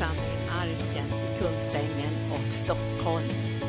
församlingen Arken i Kungsängen och Stockholm.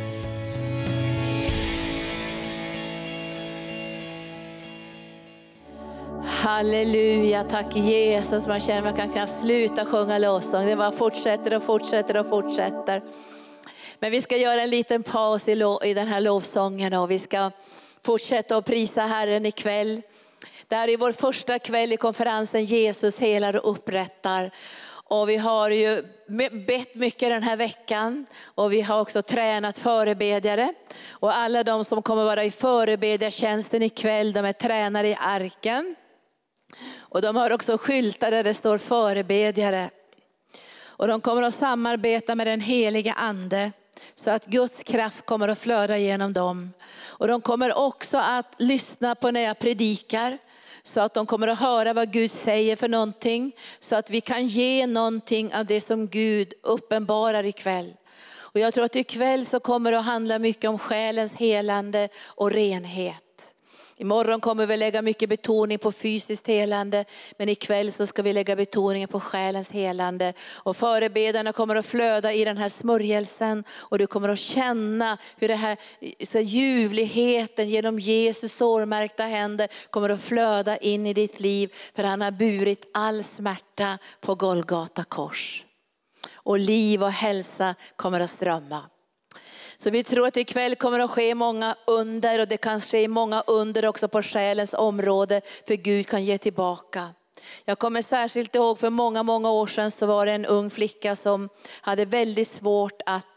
Halleluja, tack Jesus. Man känner att man kan knappt sluta sjunga lovsång. Det bara fortsätter och fortsätter och fortsätter. Men vi ska göra en liten paus i den här lovsången och vi ska fortsätta att prisa Herren ikväll. Det här är vår första kväll i konferensen Jesus helar och upprättar. Och vi har ju bett mycket den här veckan och vi har också tränat förebedjare. Och alla de som kommer vara i förebedjartjänsten ikväll, de är tränare i Arken. Och de har också skyltar där det står förebedjare. Och de kommer att samarbeta med den heliga ande så att Guds kraft kommer att flöda genom dem. Och de kommer också att lyssna på när jag predikar. Så att de kommer att höra vad Gud säger för någonting. Så att vi kan ge någonting av det som Gud uppenbarar ikväll. Och jag tror att ikväll så kommer det att handla mycket om själens helande och renhet. Imorgon kommer vi lägga mycket betoning på fysiskt helande. Men ikväll så ska vi lägga betoningen på själens helande. Och förebedarna kommer att flöda i den här smörjelsen. Och du kommer att känna hur det här så ljuvligheten genom Jesus sårmärkta händer kommer att flöda in i ditt liv. För han har burit all smärta på Golgata kors. Och liv och hälsa kommer att strömma. Så vi tror att ikväll kommer att ske många under och det kan ske många under också på själens område för Gud kan ge tillbaka. Jag kommer särskilt ihåg för många år sedan så var det en ung flicka som hade väldigt svårt att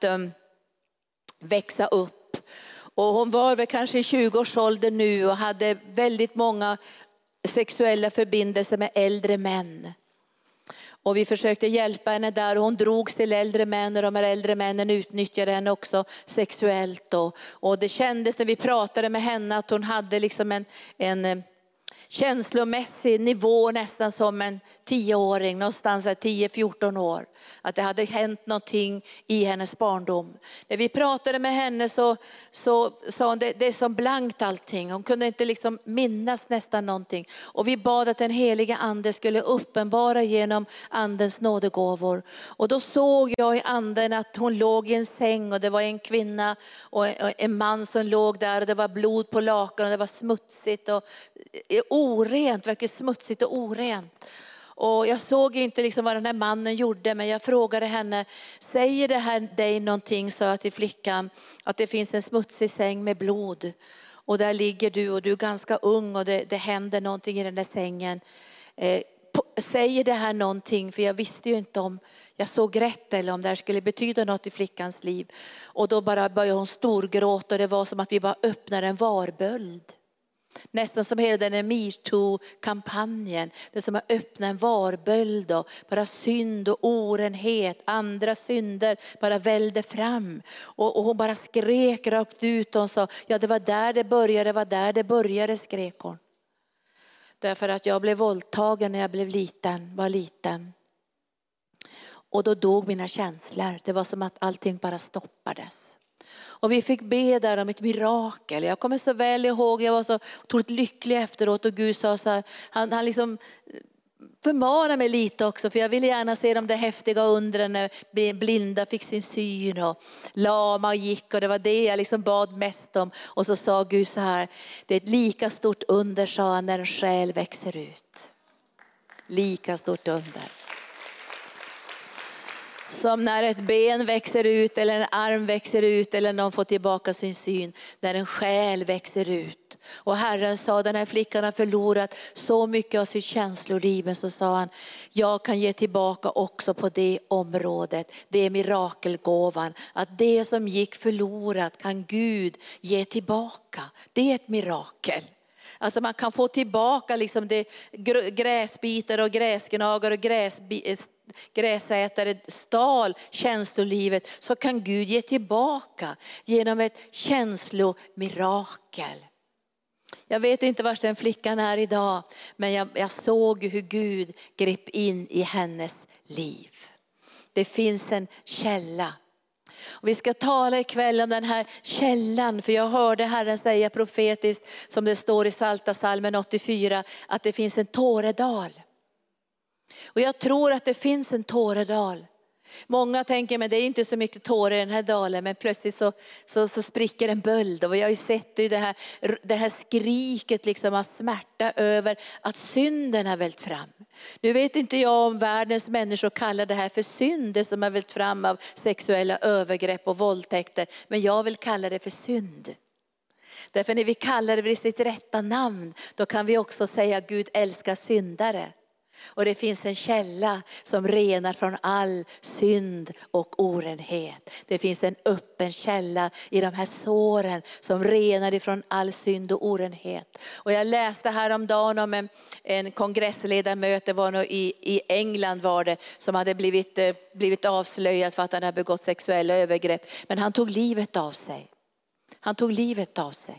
växa upp. Och hon var väl kanske i 20-årsåldern nu och hade väldigt många sexuella förbindelser med äldre män. Och vi försökte hjälpa henne där och hon drogs till äldre män och de här äldre männen utnyttjade henne också sexuellt. Och det kändes när vi pratade med henne att hon hade liksom en känslomässig nivå nästan som en 10-åring, någonstans 10-14 år. Att det hade hänt någonting i hennes barndom. När vi pratade med henne så sa hon det är som blankt allting. Hon kunde inte liksom minnas nästan någonting. Och vi bad att den heliga ande skulle uppenbara genom andens nådegåvor. Och då såg jag i anden att hon låg i en säng och det var en kvinna och en man som låg där och det var blod på lakan och det var smutsigt och orent, verkar smutsigt och orent. Och jag såg inte liksom vad den här mannen gjorde, men jag frågade henne, säger det här dig någonting, sa jag till flickan, att det finns en smutsig säng med blod. Och där ligger du och du är ganska ung och det händer någonting i den där sängen. Säger det här någonting, för jag visste ju inte om jag såg rätt eller om det här skulle betyda något i flickans liv. Och då bara började hon storgråta och det var som att vi bara öppnade en varböld. Nästan som hela den här MeToo-kampanjen. Det som har öppnat en varböld och bara synd och orenhet. Andra synder bara välde fram. Och hon bara skrek rakt ut och hon sa, ja det var där det började, skrek hon. Därför att jag blev våldtagen när jag var liten. Och då dog mina känslor. Det var som att allting bara stoppades. Och vi fick be där om ett mirakel. Jag kommer så väl ihåg, jag var så otroligt lycklig efteråt och Gud sa så här, han liksom förmanade mig lite också, för jag ville gärna se de där häftiga undren när blinda fick sin syn och lama gick, och det var det jag liksom bad mest om. Och så sa Gud så här, det är ett lika stort under, sa han, när en själ växer ut. Lika stort under. Som när ett ben växer ut eller en arm växer ut eller någon får tillbaka sin syn. När en själ växer ut. Och Herren sa, den här flickan har förlorat så mycket av sitt känsloliv. Men så sa han, jag kan ge tillbaka också på det området. Det är mirakelgåvan. Att det som gick förlorat kan Gud ge tillbaka. Det är ett mirakel. Alltså man kan få tillbaka liksom det gräsbitar och gräsgnagare och gräsätare stal känslolivet, så kan Gud ge tillbaka genom ett känslomirakel. Jag vet inte var den flickan är idag, men jag såg hur Gud grep in i hennes liv. Det finns en källa. Och vi ska tala ikväll om den här källan, för jag hörde Herren säga profetiskt, som det står i Psaltarpsalmen 84, att det finns en tåredal. Och jag tror att det finns en tåredal. Många tänker, men det är inte så mycket tårar i den här dalen, men plötsligt så spricker en böld. Och jag har ju sett det här skriket liksom av smärta över att synden har vält fram. Nu vet inte jag om världens människor kallar det här för synd, det som har vält fram av sexuella övergrepp och våldtäkter. Men jag vill kalla det för synd. Därför när vi kallar det vid sitt rätta namn, då kan vi också säga att Gud älskar syndare. Och det finns en källa som renar från all synd och orenhet. Det finns en öppen källa i de här såren som renar ifrån all synd och orenhet. Och jag läste häromdagen om en kongressledamöte, var nog i England var det, som hade blivit avslöjad för att han hade begått sexuella övergrepp. Men han tog livet av sig. Han tog livet av sig.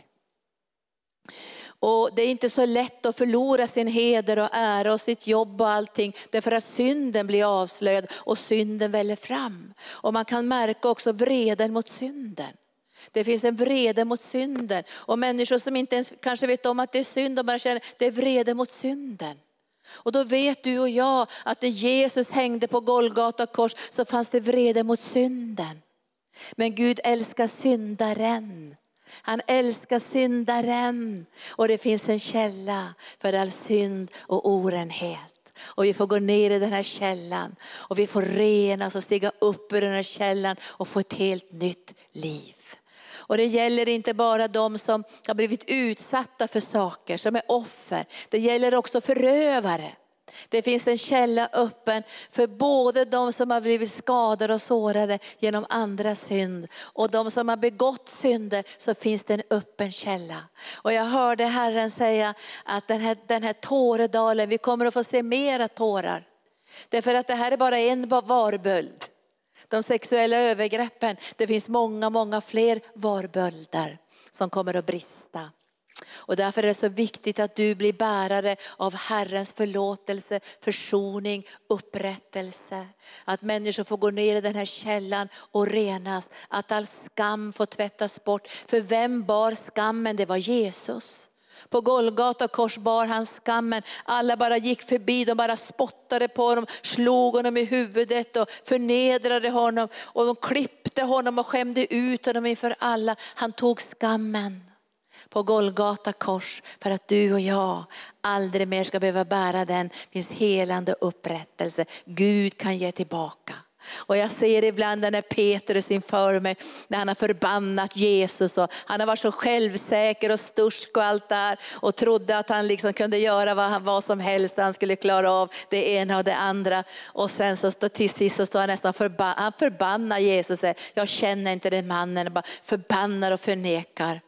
Och det är inte så lätt att förlora sin heder och ära och sitt jobb och allting. Därför att synden blir avslöjad och synden väller fram. Och man kan märka också vreden mot synden. Det finns en vrede mot synden. Och människor som inte ens kanske vet om att det är synd, och bara känner det är vrede mot synden. Och då vet du och jag att när Jesus hängde på Golgata kors så fanns det vrede mot synden. Men Gud älskar syndaren. Han älskar syndaren. Och det finns en källa för all synd och orenhet. Och vi får gå ner i den här källan. Och vi får renas och stiga upp ur den här källan och få ett helt nytt liv. Och det gäller inte bara de som har blivit utsatta för saker, som är offer. Det gäller också förövare. Det finns en källa öppen för både de som har blivit skadade och sårade genom andra synd. Och de som har begått synder, så finns det en öppen källa. Och jag hörde Herren säga att den här tåredalen, vi kommer att få se mera tårar. Därför att det här är bara en varböld. De sexuella övergreppen, det finns många fler varbölder som kommer att brista. Och därför är det så viktigt att du blir bärare av Herrens förlåtelse, försoning, upprättelse. Att människor får gå ner i den här källan och renas. Att all skam får tvättas bort. För vem bar skammen? Det var Jesus. På Golgata kors bar han skammen. Alla bara gick förbi, de bara spottade på honom, slog honom i huvudet och förnedrade honom. Och de klippte honom och skämde ut honom inför alla. Han tog skammen på Golgata kors för att du och jag aldrig mer ska behöva bära den. Det finns helande upprättelse. Gud kan ge tillbaka. Och jag ser ibland när Petrus inför mig, när han har förbannat Jesus och han har varit så självsäker och stursk och allt där och trodde att han liksom kunde göra vad som helst, han skulle klara av det ena och det andra. Och sen så till sist så står han nästan han förbannar Jesus och säger, jag känner inte den mannen, bara förbannar och förnekar.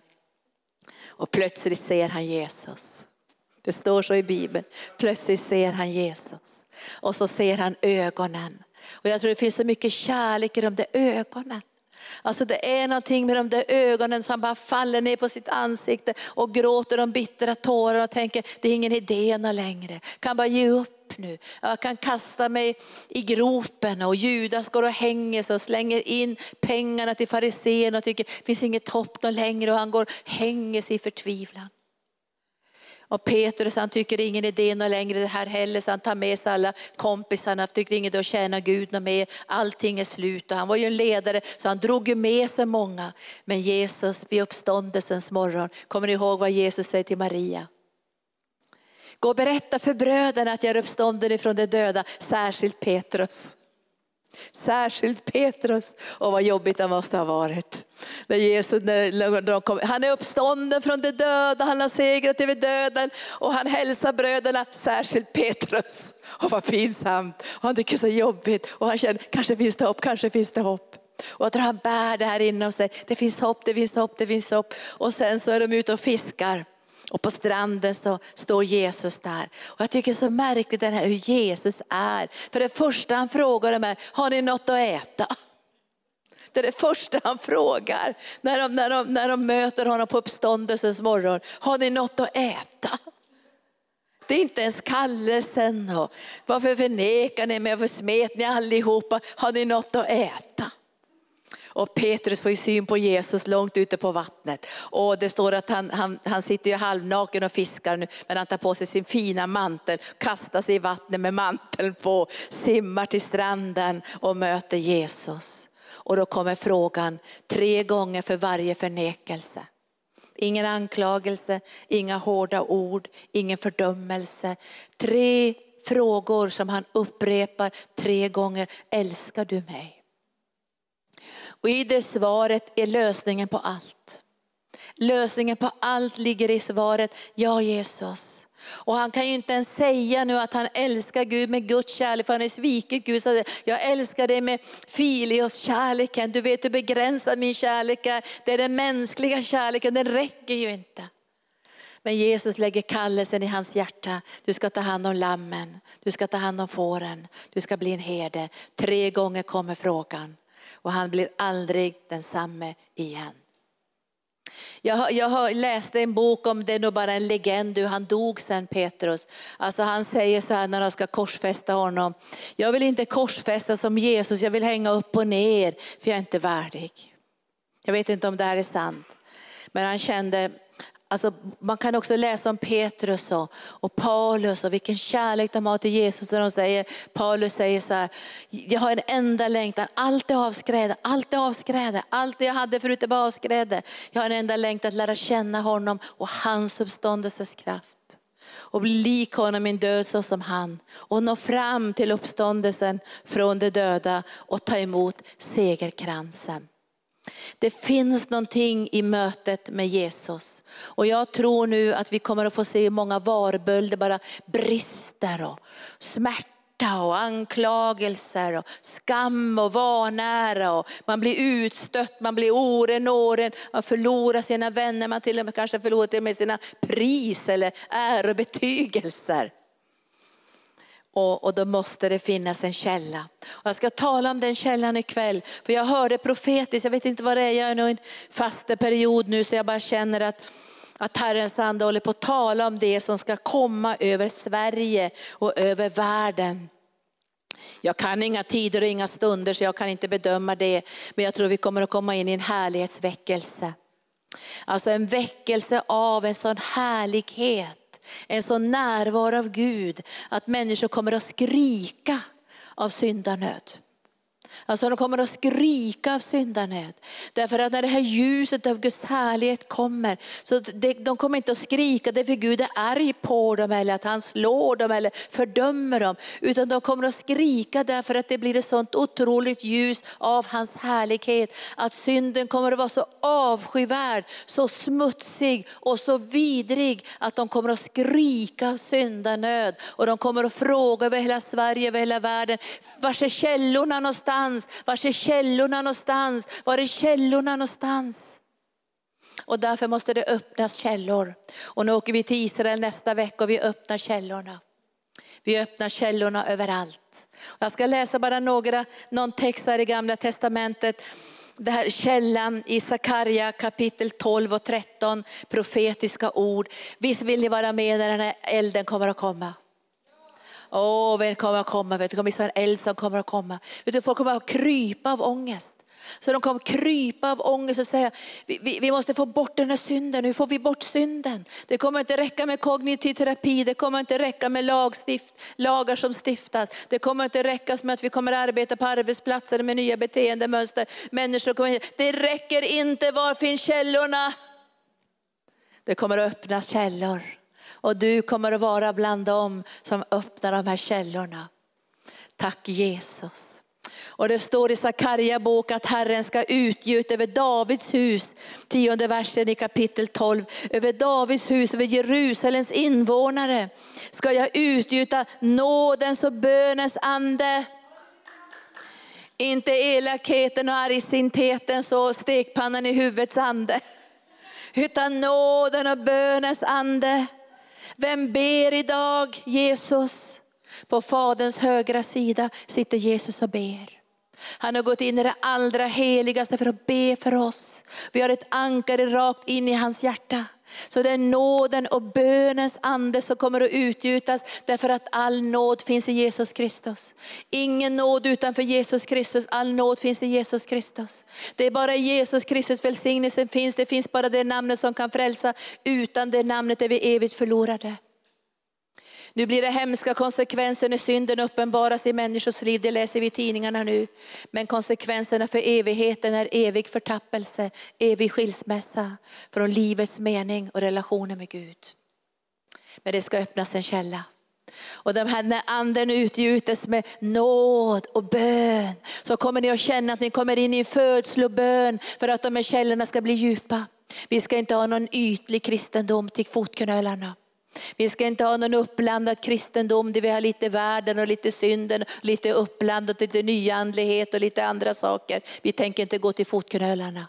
Och plötsligt ser han Jesus. Det står så i Bibeln. Plötsligt ser han Jesus. Och så ser han ögonen. Och jag tror det finns så mycket kärlek i de där ögonen. Alltså det är någonting med de där ögonen som bara faller ner på sitt ansikte. Och gråter de bittra tårar och tänker, det är ingen idé någon längre. Kan bara ge upp nu. Jag kan kasta mig i gropen. Och Judas går och hänger sig och slänger in pengarna till farisén och tycker, det finns inget hopp någon längre. Och han går och hänger sig i förtvivlan. Och Petrus, han tycker det är ingen idé någon längre det här heller, så han tar med sig alla kompisarna. Han tyckte inget att tjäna Gud något mer. Allting är slut och han var ju en ledare så han drog ju med sig många. Men Jesus vid uppståndelsens morgon, kommer ni ihåg vad Jesus säger till Maria? Gå och berätta för bröderna att jag är uppstånden ifrån de döda, särskilt Petrus. Särskilt Petrus. Och vad jobbigt det måste ha varit. När Jesus, han är uppstånden från de döda. Han har segrat över döden. Och han hälsar bröderna, särskilt Petrus. Och vad pinsamt. Och han tycker så jobbigt. Och han känner, kanske finns det hopp, kanske finns det hopp. Och jag tror han bär det här inom sig. Det finns hopp, det finns hopp, det finns hopp. Och sen så är de ute och fiskar. Och på stranden så står Jesus där. Och jag tycker det är så märkligt hur Jesus är. För det första han frågar dem är, har ni något att äta? Det är det första han frågar när de möter honom på uppståndelsens morgon. Har ni något att äta? Det är inte ens kallelsen. Och varför förnekar ni mig? Varför smet ni allihopa? Har ni något att äta? Och Petrus får ju syn på Jesus långt ute på vattnet. Och det står att han sitter ju halvnaken och fiskar nu. Men han tar på sig sin fina mantel, kastar sig i vattnet med manteln på. Simmar till stranden och möter Jesus. Och då kommer frågan 3 gånger för varje förnekelse. Ingen anklagelse, inga hårda ord, ingen fördömelse. 3 frågor som han upprepar 3 gånger. Älskar du mig? Och i det svaret är lösningen på allt. Lösningen på allt ligger i svaret, ja Jesus. Och han kan ju inte ens säga nu att han älskar Gud med Guds kärlek, för han är svikit Gud. Så jag älskar dig med filios kärleken. Du vet hur begränsad min kärlek är. Det är den mänskliga kärleken, den räcker ju inte. Men Jesus lägger kallelsen i hans hjärta. Du ska ta hand om lammen, du ska ta hand om fåren, du ska bli en herde. 3 gånger kommer frågan. Och han blir aldrig densamme igen. Jag har läst en bok om det, är nog bara en legend. Han dog sen, Petrus. Alltså han säger så här när de ska korsfästa honom. Jag vill inte korsfästa som Jesus, jag vill hänga upp och ner. För jag är inte värdig. Jag vet inte om det här är sant. Men han kände... Alltså, man kan också läsa om Petrus och Paulus och vilken kärlek de har till Jesus. Paulus säger så här, jag har en enda längtan, allt är avskräde, allt är avskräde, allt det jag hade förut var avskräde. Jag har en enda längtan att lära känna honom och hans uppståndelses kraft. Och bli lik honom i en död så som han. Och nå fram till uppståndelsen från de döda och ta emot segerkransen. Det finns någonting i mötet med Jesus. Och jag tror nu att vi kommer att få se många varbölder bara brister och smärta och anklagelser och skam och vanära. Och man blir utstött, man blir åren, man förlorar sina vänner, man till och med kanske förlorar till och med sina pris eller ärobetygelser. Och då måste det finnas en källa. Och jag ska tala om den källan ikväll. För jag hörde profetiskt, jag vet inte vad det är, jag är nog i en fasteperiod nu. Så jag bara känner att Herrens ande håller på att tala om det som ska komma över Sverige och över världen. Jag kan inga tider och inga stunder så jag kan inte bedöma det. Men jag tror vi kommer att komma in i en härlighetsväckelse. Alltså en väckelse av en sån härlighet. En sån närvaro av Gud att människor kommer att skrika av syndanöd. Alltså de kommer att skrika av syndanöd. Därför att när det här ljuset av Guds härlighet kommer. Så de kommer inte att skrika därför Gud är arg på dem. Eller att han slår dem eller fördömer dem. Utan de kommer att skrika därför att det blir ett sånt otroligt ljus av hans härlighet. Att synden kommer att vara så avskyvärd. Så smutsig och så vidrig. Att de kommer att skrika av syndanöd. Och de kommer att fråga över hela Sverige, över hela världen. Var är källorna någonstans? Var är källorna någonstans? Var är källorna någonstans? Och därför måste det öppnas källor. Och nu åker vi till Israel nästa vecka och vi öppnar källorna. Vi öppnar källorna överallt. Jag ska läsa bara någon text här i Gamla testamentet. Det här källan i Sakaria kapitel 12 och 13. Profetiska ord. Visst vill ni vara med när den här elden kommer att komma? Vem kommer att komma? Det kommer att vara en eld som kommer att komma. Folk kommer att krypa av ångest. Så de kommer att krypa av ångest och säga, vi måste få bort den här synden. Hur får vi bort synden? Det kommer inte räcka med kognitiv terapi. Det kommer inte räcka med lagar som stiftas. Det kommer inte räcka med att vi kommer att arbeta på arbetsplatser med nya beteendemönster. Människor kommer, det räcker inte, var finns källorna? Det kommer att öppnas källor. Och du kommer att vara bland dem som öppnar de här källorna. Tack Jesus. Och det står i Sakaria bok att Herren ska utgjuta över Davids hus. 10:e versen i kapitel 12. Över Davids hus, över Jerusalems invånare. Ska jag utgjuta nådens och bönens ande. Inte elakheten och argsintheten och stekpannan i huvudets ande. Utan nåden och bönens ande. Vem ber idag? Jesus. På faderns högra sida sitter Jesus och ber. Han har gått in i det allra heligaste för att be för oss. Vi har ett ankare rakt in i hans hjärta. Så det är nåden och bönens ande som kommer att utgjutas, därför att all nåd finns i Jesus Kristus. Ingen nåd utanför Jesus Kristus, all nåd finns i Jesus Kristus. Det är bara Jesus Kristus välsignelsen finns. Det finns bara det namnet som kan frälsa. Utan det namnet är vi evigt förlorade. Nu blir det hemska konsekvenser när synden uppenbaras i människors liv. Det läser vi i tidningarna nu. Men konsekvenserna för evigheten är evig förtappelse, evig skilsmässa från livets mening och relationen med Gud. Men det ska öppnas en källa. Och när anden utgjuts med nåd och bön, så kommer ni att känna att ni kommer in i en födslobön för att de här källorna ska bli djupa. Vi ska inte ha någon ytlig kristendom till fotknölarna. Vi ska inte ha någon uppblandad kristendom där vi har lite världen och lite synden, lite uppblandat, lite nyandlighet och lite andra saker. Vi tänker inte gå till fotknölarna.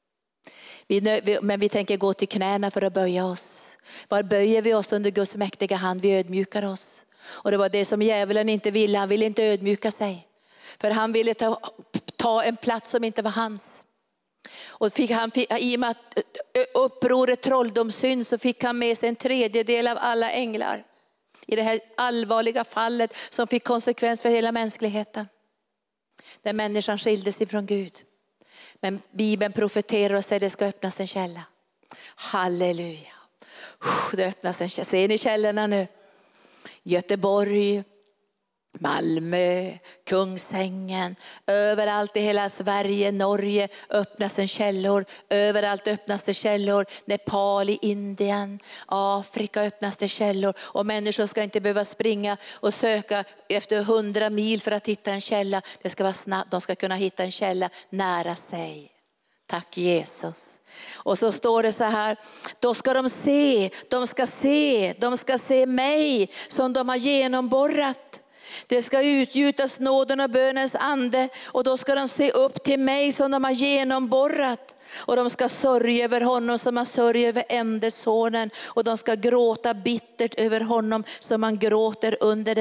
Men vi tänker gå till knäna för att böja oss. Var böjer vi oss under Guds mäktiga hand? Vi ödmjukar oss. Och det var det som djävulen inte ville. Han ville inte ödmjuka sig. För han ville ta en plats som inte var hans. Och i och med att upproret trolldomssynd, så fick han med sig en tredjedel av alla änglar. I det här allvarliga fallet som fick konsekvens för hela mänskligheten. Där människan skildes ifrån Gud. Men Bibeln profeterar och säger att det ska öppnas en källa. Halleluja. Det öppnas en källa. Ser ni källorna nu? Göteborg, Malmö, Kungsängen, överallt i hela Sverige, Norge öppnas en källor. Överallt öppnas det källor. Nepal, i Indien, Afrika öppnas det källor. Och människor ska inte behöva springa och söka efter 100 mil för att hitta en källa. Det ska vara snabbt. De ska kunna hitta en källa nära sig. Tack Jesus. Och så står det så här: då ska de ska se mig som de har genomborrat. Det ska utgjutas nåden och bönens ande, och då ska de se upp till mig som de har genomborrat. Och de ska sörja över honom som man sörjer över enda sonen, och de ska gråta bittert över honom som man gråter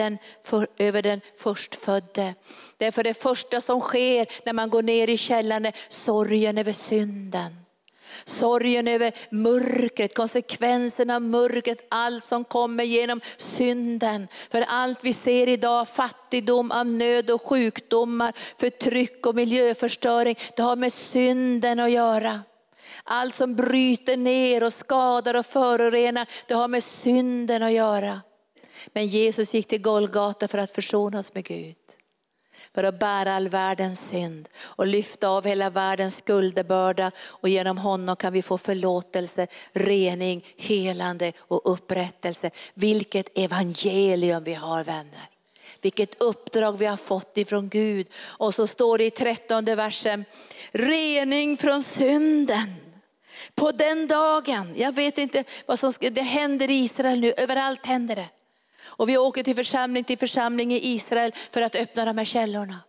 över den förstfödde. Därför det första som sker när man går ner i källan är sorgen över synden. Sorgen över mörkret, konsekvenserna av mörkret, allt som kommer genom synden. För allt vi ser idag, fattigdom, av nöd och sjukdomar, förtryck och miljöförstöring, det har med synden att göra. Allt som bryter ner och skadar och förorenar, det har med synden att göra. Men Jesus gick till Golgata för att försona oss med Gud. För att bära all världens synd och lyfta av hela världens skuldebörda. Och genom honom kan vi få förlåtelse, rening, helande och upprättelse. Vilket evangelium vi har, vänner. Vilket uppdrag vi har fått ifrån Gud. Och så står det i 13:e versen: rening från synden. På den dagen, jag vet inte vad som det händer i Israel nu, överallt händer det. Och vi åker till församling i Israel för att öppna de här källorna.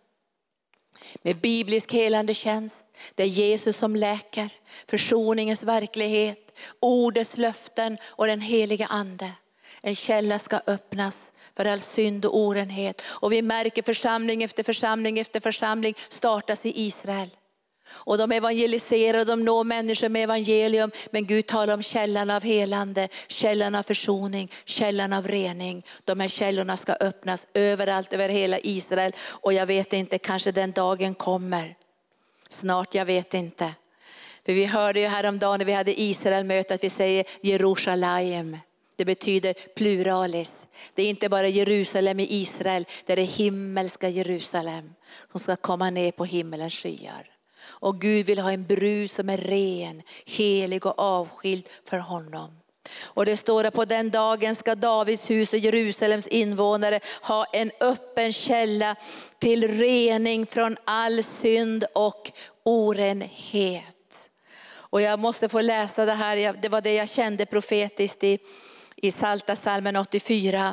Med biblisk helande tjänst. Det är Jesus som läker. Försoningens verklighet. Ordets löften och den heliga ande. En källa ska öppnas för all synd och orenhet. Och vi märker församling efter församling efter församling startas i Israel. Och de evangeliserar och de når människor med evangelium. Men Gud talar om källan av helande, källan av försoning, källan av rening. De här källorna ska öppnas överallt över hela Israel. Och jag vet inte, kanske den dagen kommer. Snart, jag vet inte. För vi hörde ju häromdagen när vi hade Israel-möte att vi säger Jerusalem. Det betyder pluralis. Det är inte bara Jerusalem i Israel, det är det himmelska Jerusalem som ska komma ner på himmelens skyar. Och Gud vill ha en brud som är ren, helig och avskild för honom. Och det står att på den dagen ska Davids hus och Jerusalems invånare ha en öppen källa till rening från all synd och orenhet. Och jag måste få läsa det här, det var det jag kände profetiskt i Psaltarpsalmen 84.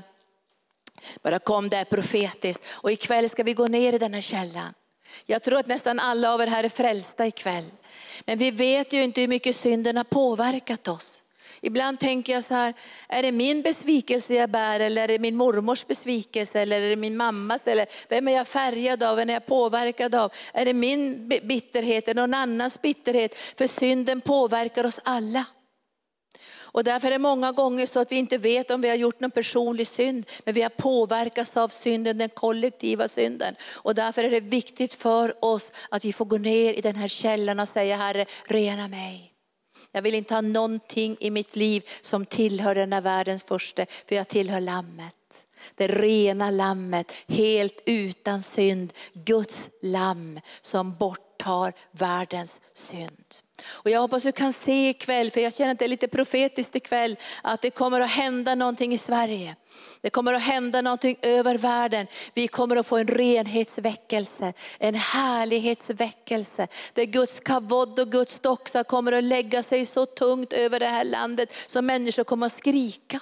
Bara kom där profetiskt. Och ikväll ska vi gå ner i den här källan. Jag tror att nästan alla av er här är frälsta ikväll. Men vi vet ju inte hur mycket synden har påverkat oss. Ibland tänker jag så här, är det min besvikelse jag bär, eller är det min mormors besvikelse, eller är det min mammas, eller vem är jag färgad av, vem är jag påverkad av? Är det min bitterhet eller någon annans bitterhet? För synden påverkar oss alla. Och därför är det många gånger så att vi inte vet om vi har gjort någon personlig synd, men vi har påverkats av synden, den kollektiva synden. Och därför är det viktigt för oss att vi får gå ner i den här källan och säga, Herre, rena mig. Jag vill inte ha någonting i mitt liv som tillhör den här världens första, för jag tillhör lammet. Det rena lammet, helt utan synd, Guds lamm som borttar världens synd. Och jag hoppas du kan se ikväll, för jag känner att det är lite profetiskt ikväll, att det kommer att hända någonting i Sverige. Det kommer att hända någonting över världen. Vi kommer att få en renhetsväckelse, en härlighetsväckelse. Där Guds kavod och Guds doxa kommer att lägga sig så tungt över det här landet, så människor kommer att skrika.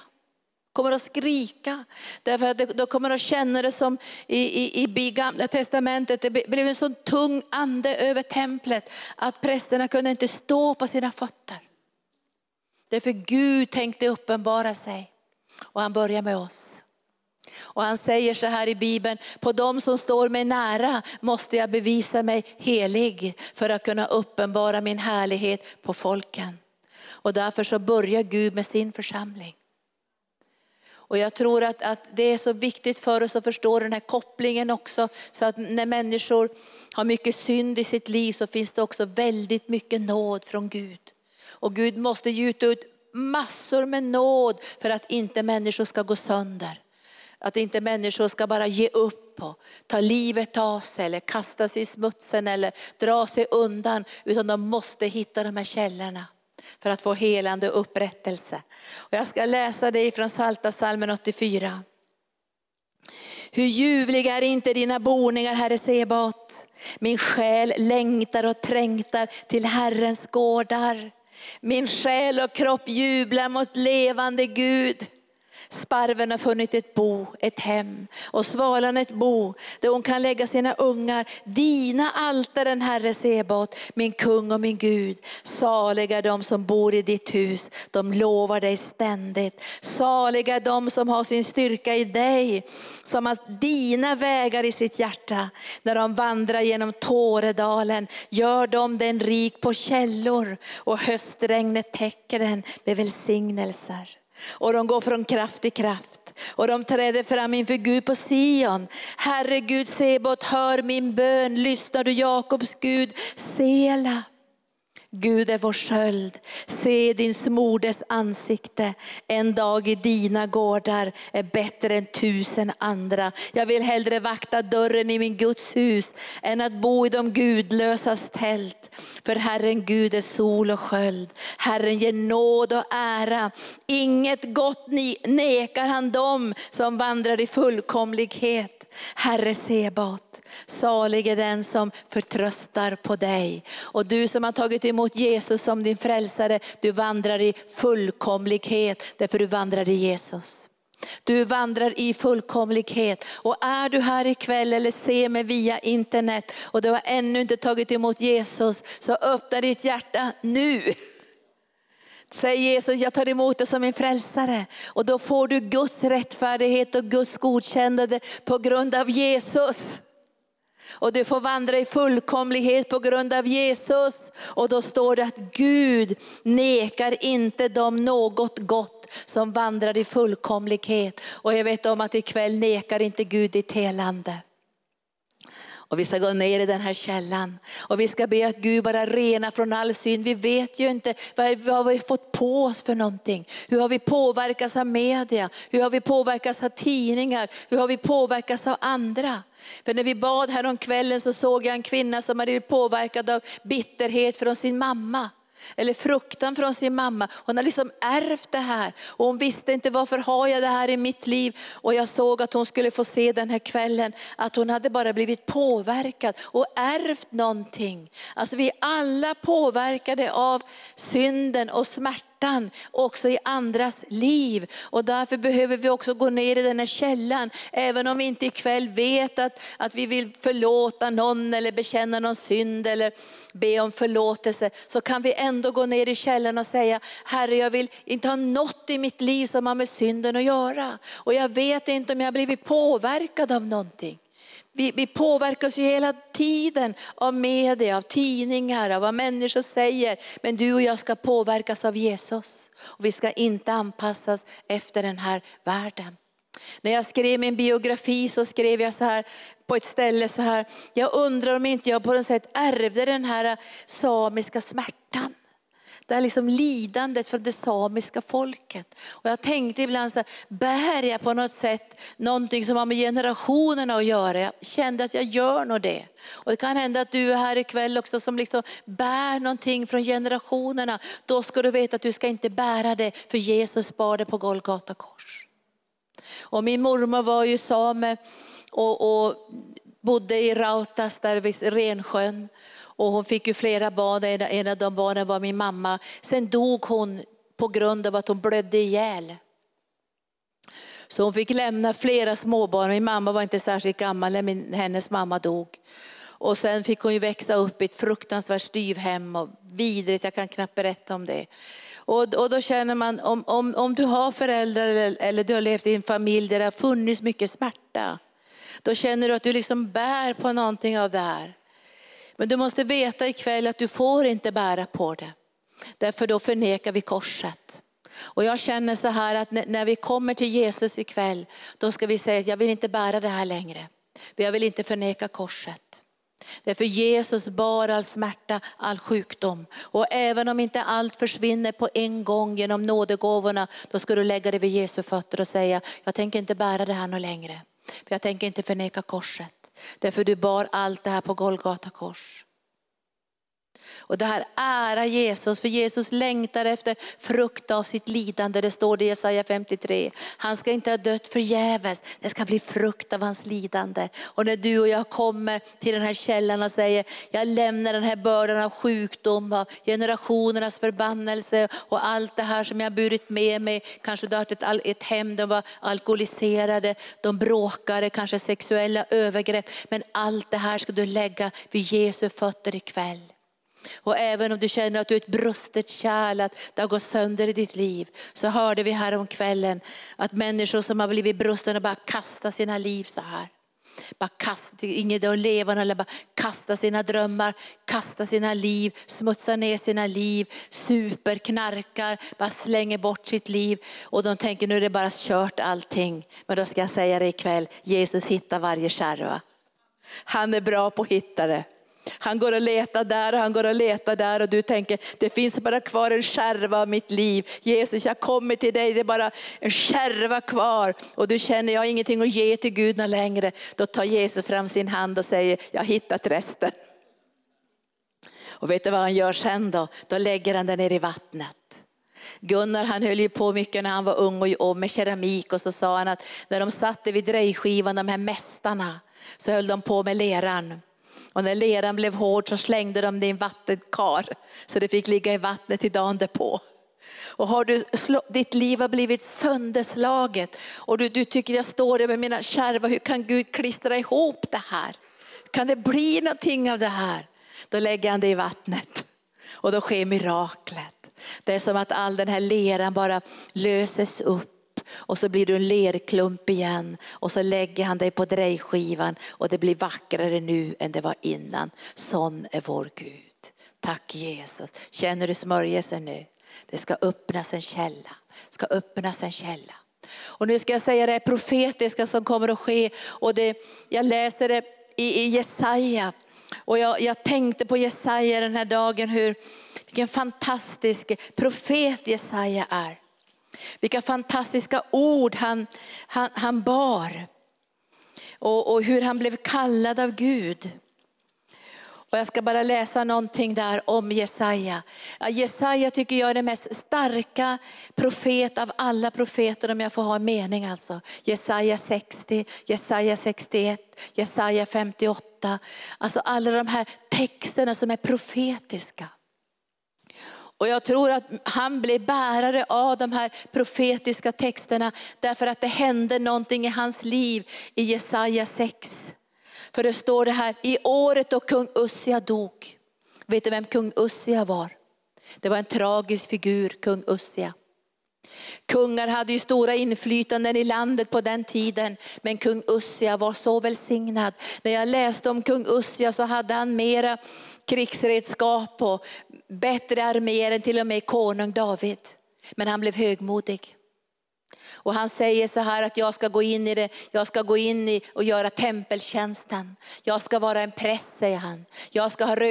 Därför att de kommer att känna det som i Gamla testamentet. Det blev en sån tung ande över templet att prästerna kunde inte stå på sina fötter. Därför Gud tänkte uppenbara sig. Och han börjar med oss. Och han säger så här i Bibeln, på dem som står mig nära måste jag bevisa mig helig för att kunna uppenbara min härlighet på folken. Och därför så börjar Gud med sin församling. Och jag tror att det är så viktigt för oss att förstå den här kopplingen också. Så att när människor har mycket synd i sitt liv, så finns det också väldigt mycket nåd från Gud. Och Gud måste gjuta ut massor med nåd för att inte människor ska gå sönder. Att inte människor ska bara ge upp och ta livet av sig eller kasta sig i smutsen eller dra sig undan. Utan de måste hitta de här källorna för att få helande upprättelse. Och jag ska läsa det från Psalmen 84. Hur ljuvliga är inte dina boningar, Herre Sebaot. Min själ längtar och trängtar till Herrens gårdar. Min själ och kropp jublar mot levande Gud. Sparven har funnit ett bo, ett hem, och svalan ett bo där hon kan lägga sina ungar. Dina altaren, Herre Sebaot, min kung och min Gud. Saliga de som bor i ditt hus, de lovar dig ständigt. Saliga de som har sin styrka i dig, som har dina vägar i sitt hjärta. När de vandrar genom Tåredalen gör de den rik på källor, och höstregnet täcker den med välsignelser. Och de går från kraft till kraft, och de träder fram inför Gud på Sion. Herre Gud Sebaot, hör min bön, lyssnar du Jakobs Gud, Sela. Gud är vår sköld, se din smordes ansikte. En dag i dina gårdar är bättre än 1000 andra. Jag vill hellre vakta dörren i min Guds hus än att bo i de gudlösas tält. För Herren Gud är sol och sköld. Herren ger nåd och ära. Inget gott nekar han dem som vandrar i fullkomlighet. Herre Sebaot, salig är den som förtröstar på dig. Och du som har tagit emot Jesus som din frälsare, du vandrar i fullkomlighet därför du vandrar i Jesus. Du vandrar i fullkomlighet. Och är du här ikväll eller ser mig via internet och du har ännu inte tagit emot Jesus, så öppna ditt hjärta nu. Säg Jesus, jag tar emot det som min frälsare. Och då får du Guds rättfärdighet och Guds godkännande på grund av Jesus. Och du får vandra i fullkomlighet på grund av Jesus. Och då står det att Gud nekar inte dem något gott som vandrar i fullkomlighet. Och jag vet om att ikväll nekar inte Gud ditt helande. Och vi ska gå ner i den här källan. Och vi ska be att Gud bara rena från all synd. Vi vet ju inte vad har vi fått på oss för någonting. Hur har vi påverkats av media? Hur har vi påverkats av tidningar? Hur har vi påverkats av andra? För när vi bad här om kvällen så såg jag en kvinna som hade påverkad av bitterhet från sin mamma. Eller fruktan från sin mamma. Hon har liksom ärvt det här. Och hon visste inte, varför har jag det här i mitt liv. Och jag såg att hon skulle få se den här kvällen. Att hon hade bara blivit påverkad och ärvt någonting. Alltså vi är alla påverkade av synden och smärtan. smärtan också i andras liv. Och därför behöver vi också gå ner i den här källan. Även om vi inte ikväll vet att vi vill förlåta någon eller bekänna någon synd eller be om förlåtelse, så kan vi ändå gå ner i källan och säga: Herre, jag vill inte ha något i mitt liv som har med synden att göra. Och jag vet inte om jag har blivit påverkad av någonting. Vi påverkas ju hela tiden av media, av tidningar, av vad människor säger. Men du och jag ska påverkas av Jesus. Och vi ska inte anpassas efter den här världen. När jag skrev min biografi så skrev jag så här på ett ställe så här: jag undrar om inte jag på något sätt ärvde den här samiska smärtan. Det är liksom lidandet för det samiska folket. Och jag tänkte ibland så här, bär jag på något sätt någonting som har med generationerna att göra? Jag kände att jag gör nog det. Och det kan hända att du är här ikväll också som liksom bär någonting från generationerna. Då ska du veta att du ska inte bära det, för Jesus bar det på Golgata kors. Och min mormor var ju same och bodde i Rautas där vid Rensjön. Och hon fick ju flera barn, en av de barnen var min mamma. Sen dog hon på grund av att hon blödde ihjäl. Så hon fick lämna flera småbarn. Min mamma var inte särskilt gammal när hennes mamma dog. Och sen fick hon ju växa upp i ett fruktansvärt styvhem och vidrigt, jag kan knappt berätta om det. Och då känner man, om du har föräldrar eller du har levt i en familj där det har funnits mycket smärta, då känner du att du liksom bär på någonting av det här. Men du måste veta ikväll att du får inte bära på det. Därför då förnekar vi korset. Och jag känner så här att när vi kommer till Jesus ikväll, då ska vi säga att jag vill inte bära det här längre. Jag vill inte förneka korset. Därför Jesus bar all smärta, all sjukdom. Och även om inte allt försvinner på en gång genom nådegåvorna, då ska du lägga det vid Jesu fötter och säga: jag tänker inte bära det här något längre. För jag tänker inte förneka korset. Därför du bar allt det här på Golgata kors. Och det här ära Jesus, för Jesus längtar efter frukt av sitt lidande. Det står det i Jesaja 53. Han ska inte ha dött förgäves, det ska bli frukt av hans lidande. Och när du och jag kommer till den här källan och säger: jag lämnar den här bördan av sjukdom, av generationernas förbannelse och allt det här som jag burit med mig. Kanske du har haft ett hem, de var alkoholiserade, de bråkade, kanske sexuella övergrepp. Men allt det här ska du lägga vid Jesu fötter ikväll. Och även om du känner att du är ett brustet kärl, att det har gått sönder i ditt liv, så hörde vi här om kvällen att människor som har blivit brustna bara kastar sina liv så här. Bara kasta, inget att leva, eller bara kasta sina drömmar, kasta sina liv, smutsa ner sina liv, super, knarkar, bara slänger bort sitt liv. Och de tänker: nu är det bara kört allting. Men då ska jag säga det ikväll: Jesus hittar varje kärva. Han är bra på att hitta det. Han går och letar där och han går och letar där, och du tänker: det finns bara kvar en skärva av mitt liv. Jesus, jag kommer till dig, det är bara en skärva kvar. Och du känner: jag har ingenting att ge till Gud längre. Då tar Jesus fram sin hand och säger: jag har hittat resten. Och vet du vad han gör sen då? Då lägger han den ner i vattnet. Gunnar, han höll ju på mycket när han var ung och med keramik, och så sa han att när de satte vid drejskivan, de här mästarna, så höll de på med leran. Och när leran blev hård så slängde de det i en vattenkar, så det fick ligga i vattnet till dagen därpå. Och har du ditt liv har blivit sönderslaget och du tycker: jag står där med mina kärva, hur kan Gud klistra ihop det här? Kan det bli någonting av det här? Då lägger han det i vattnet och då sker miraklet. Det är som att all den här leran bara löses upp. Och så blir du en lerklump igen. Och så lägger han dig på drejskivan. Och det blir vackrare nu än det var innan. Sån är vår Gud. Tack Jesus. Känner du smörjelsen nu? Det ska öppnas en källa. Ska öppnas en källa. Och nu ska jag säga det profetiska som kommer att ske. Och jag läser det i Jesaja. Och jag tänkte på Jesaja den här dagen. Vilken fantastisk profet Jesaja är. Vilka fantastiska ord han bar. Och hur han blev kallad av Gud. Och jag ska bara läsa någonting där om Jesaja. Jesaja tycker jag är den mest starka profet av alla profeter, om jag får ha en mening alltså. Jesaja 60, Jesaja 61, Jesaja 58. Alltså alla de här texterna som är profetiska. Och jag tror att han blev bärare av de här profetiska texterna. Därför att det hände någonting i hans liv i Jesaja 6. För det står det här, i året då kung Ussia dog. Vet du vem kung Ussia var? Det var en tragisk figur, kung Ussia. Kungar hade ju stora inflytanden i landet på den tiden. Men kung Ussia var så välsignad. När jag läste om kung Ussia så hade han mera krigsredskap och bättre arméer än till och med konung David. Men han blev högmodig. Och han säger så här att jag ska gå in i det, jag ska gå in i och göra tempeltjänsten. Jag ska vara en präst, säger han. Jag ska ha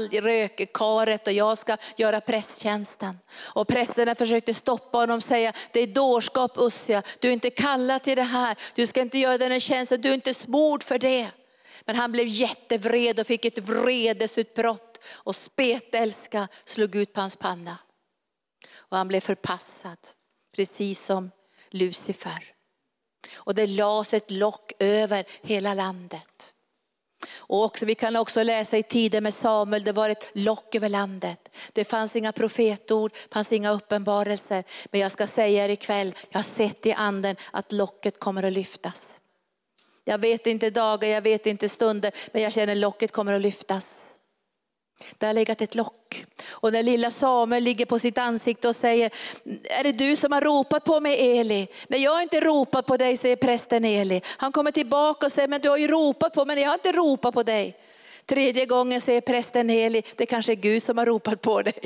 rökkaret och jag ska göra prästtjänsten. Och prästerna försökte stoppa honom och säga, det är dårskap Ussia. Du är inte kallad till det här. Du ska inte göra den här tjänsten, du är inte smord för det. Men han blev jättevred och fick ett vredesutbrott. Och spetälska slog ut på hans panna. Och han blev förpassad, precis som Lucifer. Och det lades ett lock över hela landet. Och också, vi kan också läsa i tiden med Samuel, det var ett lock över landet. Det fanns inga profetord, fanns inga uppenbarelser. Men jag ska säga er ikväll, jag har sett i anden att locket kommer att lyftas. Jag vet inte dagar, jag vet inte stunder, men jag känner locket kommer att lyftas. Det har legat ett lock. Och när lilla Samuel ligger på sitt ansikte och säger, är det du som har ropat på mig Eli? Nej, jag har inte ropat på dig, säger prästen Eli. Han kommer tillbaka och säger, men du har ju ropat på mig, men jag har inte ropat på dig. Tredje gången säger prästen Eli, det kanske är Gud som har ropat på dig.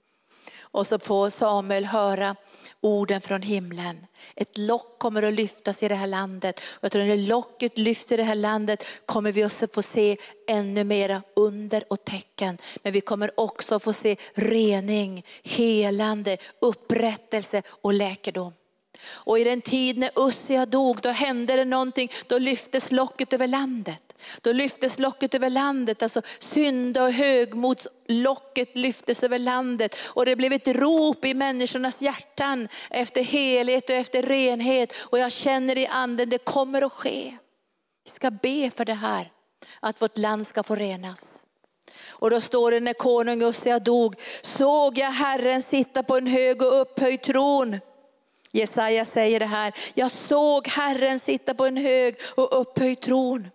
Och så får Samuel höra orden från himlen. Ett lock kommer att lyftas i det här landet. Och jag tror att när locket lyfts i det här landet kommer vi också få se ännu mera under och tecken. Men vi kommer också få se rening, helande, upprättelse och läkedom. Och i den tid när Ussia dog, då hände det någonting. Då lyftes locket över landet. Då lyftes locket över landet. Alltså synda och högmodslocket lyftes över landet. Och det blev ett rop i människornas hjärtan efter helhet och efter renhet. Och jag känner i anden, det kommer att ske. Vi ska be för det här. Att vårt land ska få renas. Och då står det, när konung Ussia dog, såg jag Herren sitta på en hög och upphöjd tron. Jesaja säger det här. Jag såg Herren sitta på en hög och upphöjd tron.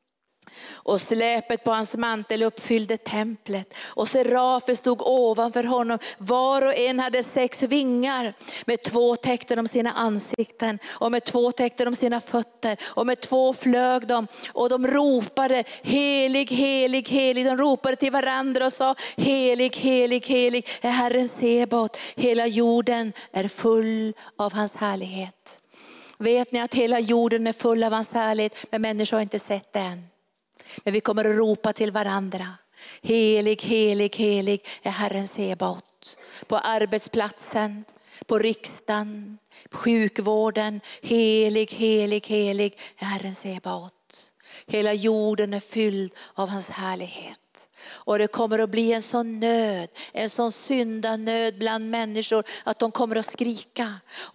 Och släpet på hans mantel uppfyllde templet. Och serafer stod ovanför honom. Var och en hade 6 vingar. Med 2 täckte de sina ansikten. Och med 2 täckte de sina fötter. Och med 2 flög de. Och de ropade, helig, helig, helig. De ropade till varandra och sa, helig, helig, helig är Herren Sebot. Hela jorden är full av hans härlighet. Vet ni att hela jorden är full av hans härlighet, men människor har inte sett det än. Men vi kommer att ropa till varandra. Helig, helig, helig är Herren Sebot. På arbetsplatsen, på riksdagen, på sjukvården. Helig, helig, helig är Herren Sebot. Hela jorden är fylld av hans härlighet. Och det kommer att bli en sån nöd, en sån syndanöd bland människor att de kommer att skrika.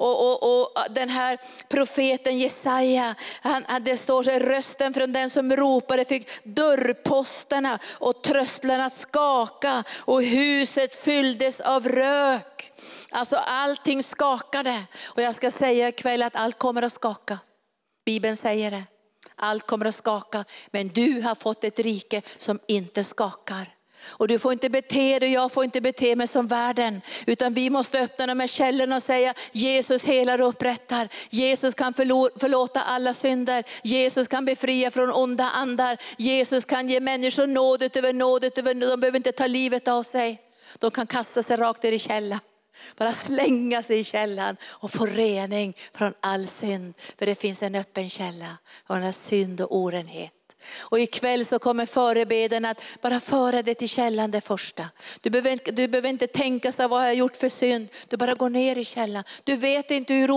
Och den här profeten Jesaja, det står så, rösten från den som ropade fick dörrposterna och trösklarna skaka och huset fylldes av rök. Alltså allting skakade. Och jag ska säga ikväll att allt kommer att skaka. Bibeln säger det. Allt kommer att skaka, men du har fått ett rike som inte skakar. Och du får inte bete dig, jag får inte bete mig som världen. Utan vi måste öppna de här källorna och säga, Jesus helar och upprättar. Jesus kan förlåta alla synder. Jesus kan befria från onda andar. Jesus kan ge människor nådet över nådet. De behöver inte ta livet av sig. De kan kasta sig rakt ner i källan. Bara slänga sig i källan och få rening från all synd. För det finns en öppen källa av den synd och orenhet. Och ikväll så kommer förebeden att bara föra det till källan det första. Du behöver inte tänka så, vad har jag gjort för synd? Du bara går ner i källan. Du vet inte hur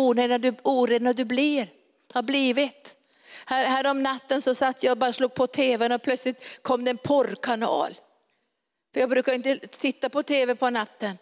oren du har blivit. Här om natten så satt jag och bara slog på tvn och plötsligt kom det en porrkanal. För jag brukar inte titta på tv på natten.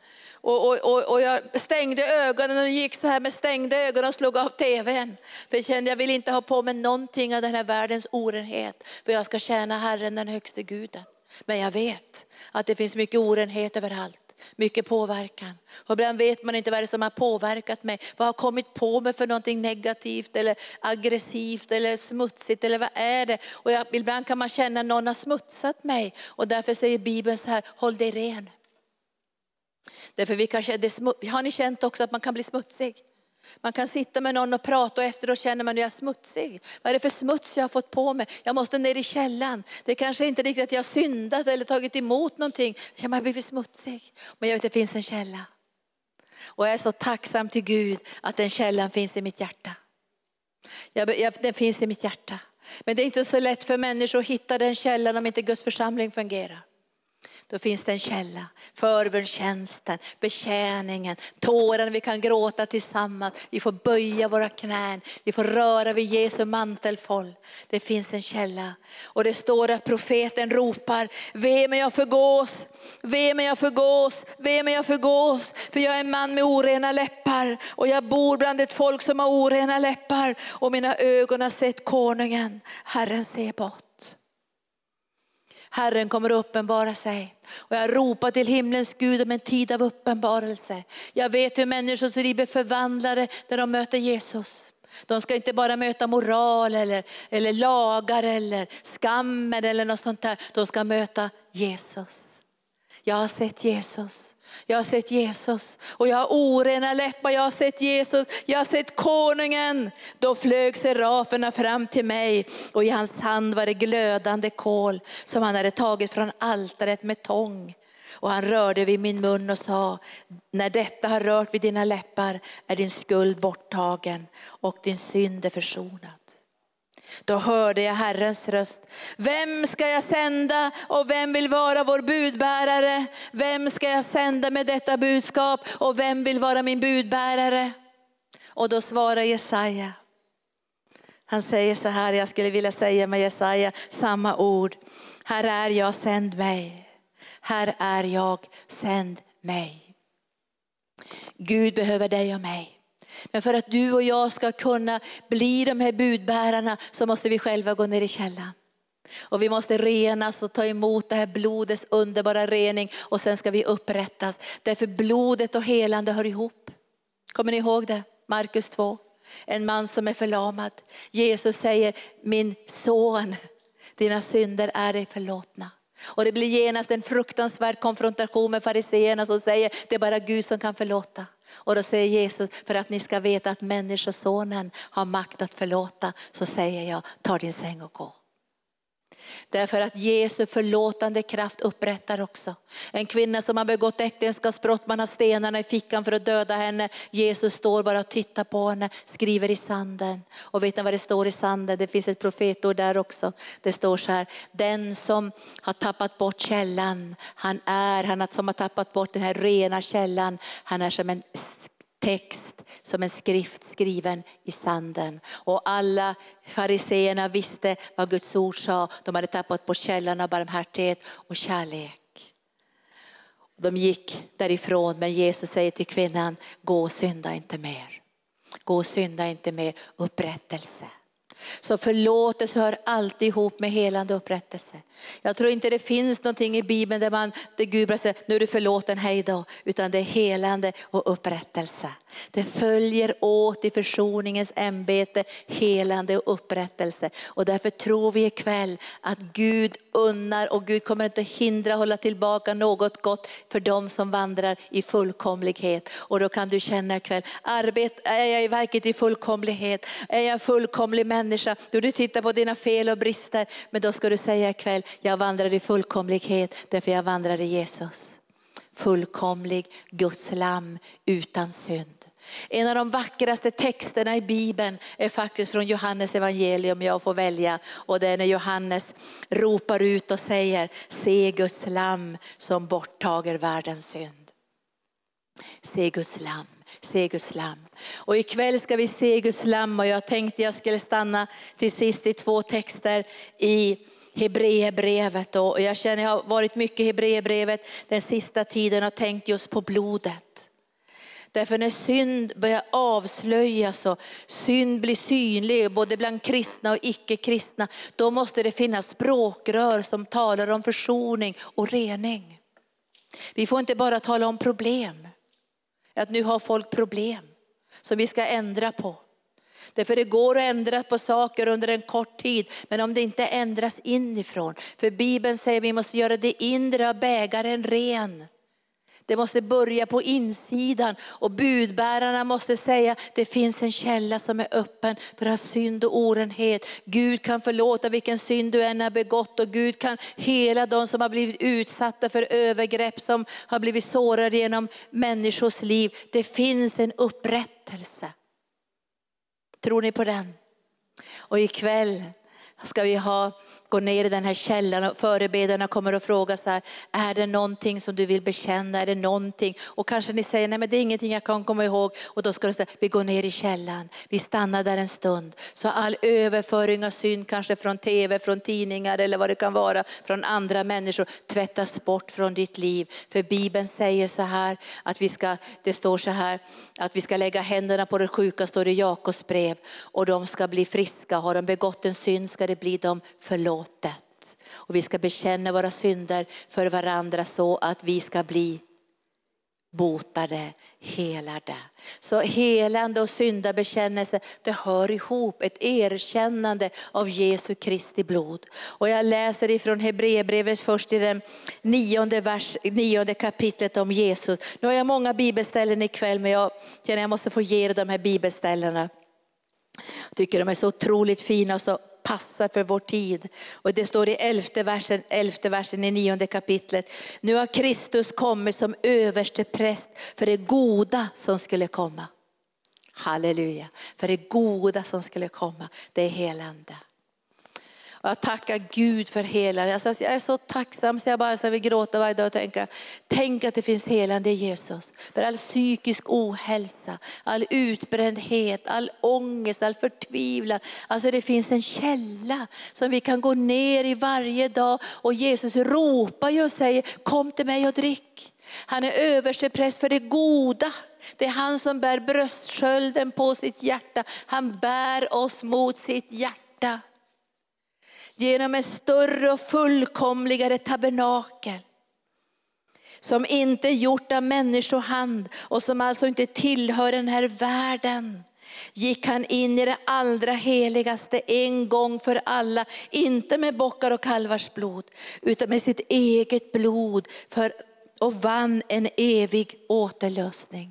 Och jag stängde ögonen och gick så här med stängda ögon och slog av tvn. För jag kände jag vill inte ha på mig någonting av den här världens orenhet. För jag ska tjäna Herren, den högste guden. Men jag vet att det finns mycket orenhet överallt. mycket påverkan. Och ibland vet man inte vad det är som har påverkat mig. Vad har kommit på mig för någonting negativt eller aggressivt eller smutsigt eller vad är det? Och ibland kan man känna att någon har smutsat mig. Och därför säger Bibeln så här, håll dig ren. Därför har ni känt också att man kan bli smutsig? Man kan sitta med någon och prata och efteråt känner man att jag är smutsig. Vad är det för smuts jag har fått på mig? Jag måste ner i källan. Det kanske inte riktigt att jag har syndat eller tagit emot någonting. Jag känner att jag blivit smutsig. Men jag vet att det finns en källa. Och jag är så tacksam till Gud att den källan finns i mitt hjärta. Den finns i mitt hjärta. Men det är inte så lätt för människor att hitta den källan om inte Guds församling fungerar. Då finns det en källa, förbönstjänsten, betjäningen, tårarna vi kan gråta tillsammans. Vi får böja våra knän, vi får röra vid Jesu mantelfåll. Det finns en källa. Och det står att profeten ropar, ve mig jag förgås, ve mig jag förgås, ve mig jag förgås. För jag är en man med orena läppar och jag bor bland ett folk som har orena läppar. Och mina ögon har sett konungen, Herren ser bort. Herren kommer att uppenbara sig. Och jag ropar till himlens Gud om en tid av uppenbarelse. Jag vet hur människors liv är förvandlade när de möter Jesus. De ska inte bara möta moral eller lagar eller skammen eller något sånt där. De ska möta Jesus. Jag har sett Jesus. Jag har sett Jesus och jag har orena läppar. Jag har sett Jesus. Jag har sett konungen. Då flög seraferna fram till mig och i hans hand var det glödande kol som han hade tagit från altaret med tång. Och han rörde vid min mun och sa, när detta har rört vid dina läppar är din skuld borttagen och din synd är försonad. Då hörde jag Herrens röst. Vem ska jag sända och vem vill vara vår budbärare? Vem ska jag sända med detta budskap och vem vill vara min budbärare? Och då svarar Jesaja. Han säger så här, jag skulle vilja säga med Jesaja samma ord. Här är jag, sänd mig. Här är jag, sänd mig. Gud behöver dig och mig. Men för att du och jag ska kunna bli de här budbärarna så måste vi själva gå ner i källan. Och vi måste renas och ta emot det här blodets underbara rening. Och sen ska vi upprättas. Därför blodet och helande hör ihop. Kommer ni ihåg det? Markus 2. En man som är förlamad. Jesus säger, min son, dina synder är dig förlåtna. Och det blir genast en fruktansvärd konfrontation med fariseerna som säger, det är bara Gud som kan förlåta. Och då säger Jesus, för att ni ska veta att människosonen har makt att förlåta, så säger jag, ta din säng och gå. Därför att Jesu förlåtande kraft upprättar också. En kvinna som har begått äktenskapsbrott, man har stenarna i fickan för att döda henne. Jesus står bara och tittar på henne, skriver i sanden. Och vet ni vad det står i sanden? Det finns ett profetord där också. Det står så här, den som har tappat bort källan, han som har tappat bort den här rena källan, han är som en text, som en skrift skriven i sanden. Och alla fariseerna visste vad Guds ord sa. De hade tappat på källan av barmhärtighet och kärlek. De gick därifrån, men Jesus säger till kvinnan, gå och synda inte mer. Gå och synda inte mer. Upprättelse. Så förlåtelse hör alltid ihop med helande upprättelse. Jag tror inte det finns någonting i Bibeln där Gud bara säger, nu är du förlåten, hej då. Utan det är helande och upprättelse. Det följer åt i försoningens ämbete, helande och upprättelse. Och därför tror vi ikväll att Gud unnar och Gud kommer inte hindra, hålla tillbaka något gott för dem som vandrar i fullkomlighet. Och då kan du känna ikväll, är jag i verket i fullkomlighet? Är jag fullkomlig människa? Du tittar på dina fel och brister, men då ska du säga ikväll, jag vandrar i fullkomlighet därför jag vandrar i Jesus. Fullkomlig Guds lamm utan synd. En av de vackraste texterna i Bibeln är faktiskt från Johannes evangelium, jag får välja. Och det är när Johannes ropar ut och säger, se Guds lamm som borttager världens synd. Se Guds lamm. Se Guds lamm. Och ikväll ska vi se Guds lamm, och jag tänkte jag skulle stanna till sist i 2 texter i Hebreerbrevet. Och jag känner jag har varit mycket i Hebreerbrevet den sista tiden och tänkt just på blodet. Därför när synd börjar avslöjas och synd blir synlig både bland kristna och icke-kristna, då måste det finnas språkrör som talar om försoning och rening. Vi får inte bara tala om problem. Att nu har folk problem som vi ska ändra på. Därför det går att ändra på saker under en kort tid. Men om det inte ändras inifrån. För Bibeln säger att vi måste göra det inre av bägaren ren. Det måste börja på insidan. Och budbärarna måste säga det finns en källa som är öppen för att synd och orenhet. Gud kan förlåta vilken synd du än har begått. Och Gud kan hela de som har blivit utsatta för övergrepp. Som har blivit sårade genom människors liv. Det finns en upprättelse. Tror ni på den? Och ikväll ska vi gå ner i den här källan och förebedjarna kommer att fråga så här. Är det någonting som du vill bekänna? Är det någonting? Och kanske ni säger nej men det är ingenting jag kan komma ihåg. Och då ska du säga vi går ner i källan. Vi stannar där en stund. Så all överföring av synd kanske från tv, från tidningar eller vad det kan vara. Från andra människor tvättas bort från ditt liv. För Bibeln säger så här att det står så här. Att vi ska lägga händerna på det sjuka står det i Jakobs brev. Och de ska bli friska. Har de begått en synd ska det bli dem förlåtet. Och vi ska bekänna våra synder för varandra så att vi ska bli botade, helade. Så helande och syndabekännelse, det hör ihop. Ett erkännande av Jesu Kristi blod. Och jag läser ifrån Hebreerbrevet först i den 9:e kapitlet om Jesus. Nu har jag många bibelställen ikväll men jag känner att jag måste få ge er de här bibelställena. Jag tycker de är så otroligt fina och så passar för vår tid. Och det står i 11:e versen i 9:e kapitlet. Nu har Kristus kommit som överste präst för det goda som skulle komma. Halleluja. För det goda som skulle komma, det är helande. Och jag tackar Gud för helande. Alltså, jag är så tacksam så jag bara vill gråta varje dag och tänk att det finns helande i Jesus. För all psykisk ohälsa, all utbrändhet, all ångest, all förtvivlan. Alltså det finns en källa som vi kan gå ner i varje dag. Och Jesus ropar ju och säger kom till mig och drick. Han är överstepräst för det goda. Det är han som bär bröstskölden på sitt hjärta. Han bär oss mot sitt hjärta. Genom en större och fullkomligare tabernakel. Som inte är gjort av människohand. Och som alltså inte tillhör den här världen. Gick han in i det allra heligaste en gång för alla. Inte med bockar och kalvars blod. Utan med sitt eget blod. Och vann en evig återlösning.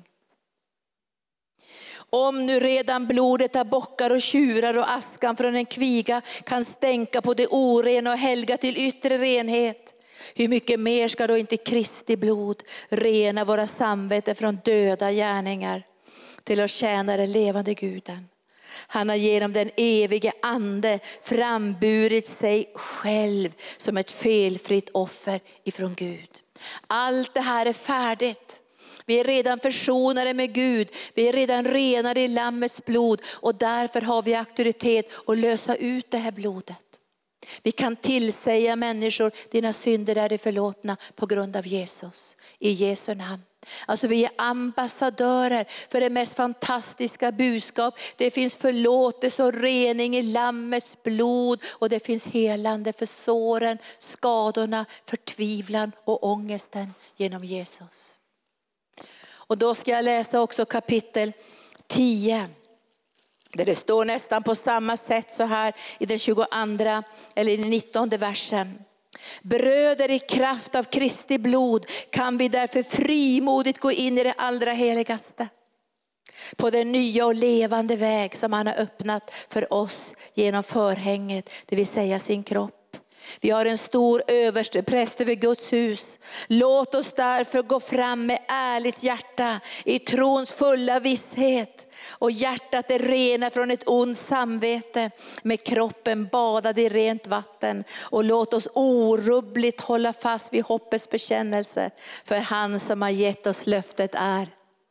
Om nu redan blodet av bockar och tjurar och askan från en kviga kan stänka på det orena och helga till yttre renhet. Hur mycket mer ska då inte Kristi blod rena våra samveten från döda gärningar till att tjäna den levande Guden. Han har genom den evige ande framburit sig själv som ett felfritt offer ifrån Gud. Allt det här är färdigt. Vi är redan försonade med Gud. Vi är redan renade i lammets blod. Och därför har vi auktoritet att lösa ut det här blodet. Vi kan tillsäga människor, dina synder är förlåtna på grund av Jesus. I Jesu namn. Alltså vi är ambassadörer för det mest fantastiska budskap. Det finns förlåtelse och rening i lammets blod. Och det finns helande för såren, skadorna, förtvivlan och ångesten genom Jesus. Och då ska jag läsa också kapitel 10. Där det står nästan på samma sätt så här i den 22 eller i den 19:e versen. Bröder i kraft av Kristi blod kan vi därför frimodigt gå in i det allra heligaste. På den nya och levande väg som han har öppnat för oss genom förhänget, det vill säga sin kropp. Vi har en stor överstepräst över Guds hus. Låt oss därför gå fram med ärligt hjärta i trons fulla visshet. Och hjärtat är rena från ett ont samvete, med kroppen badad i rent vatten. Och låt oss orubbligt hålla fast vid hoppets bekännelse. För han som har gett oss löftet är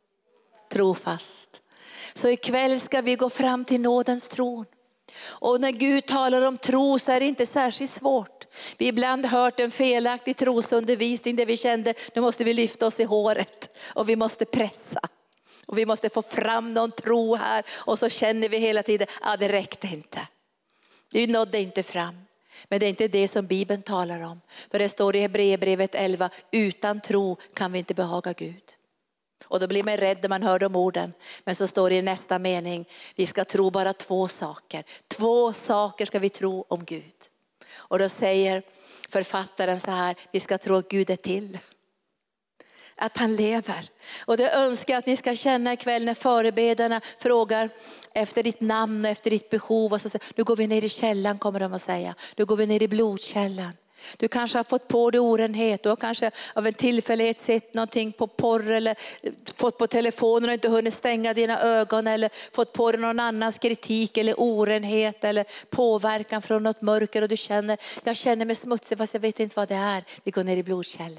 trofast. Så ikväll ska vi gå fram till nådens tron. Och när Gud talar om tro så är det inte särskilt svårt. Vi ibland hört en felaktig trosundervisning där vi kände nu måste vi lyfta oss i håret. Och vi måste pressa. Och vi måste få fram någon tro här. Och så känner vi hela tiden, det räckte inte. Vi nådde inte fram. Men det är inte det som Bibeln talar om. För det står i Hebreerbrevet 11, utan tro kan vi inte behaga Gud. Och då blir man rädd när man hör de orden. Men så står det i nästa mening, vi ska tro bara 2 saker. 2 saker ska vi tro om Gud. Och då säger författaren så här, vi ska tro att Gud är till. Att han lever. Och det önskar jag att ni ska känna ikväll när förebedjarna frågar efter ditt namn och efter ditt behov. Och så säger, nu går vi ner i källan, kommer de att säga. Nu går vi ner i blodkällan. Du kanske har fått på dig orenhet. Du har kanske av en tillfällighet sett någonting på porr eller fått på telefonen och inte hunnit stänga dina ögon. Eller fått på dig någon annans kritik eller orenhet eller påverkan från något mörker. Och du känner, jag känner mig smutsig fast jag vet inte vad det är. Vi går ner i blodkällan.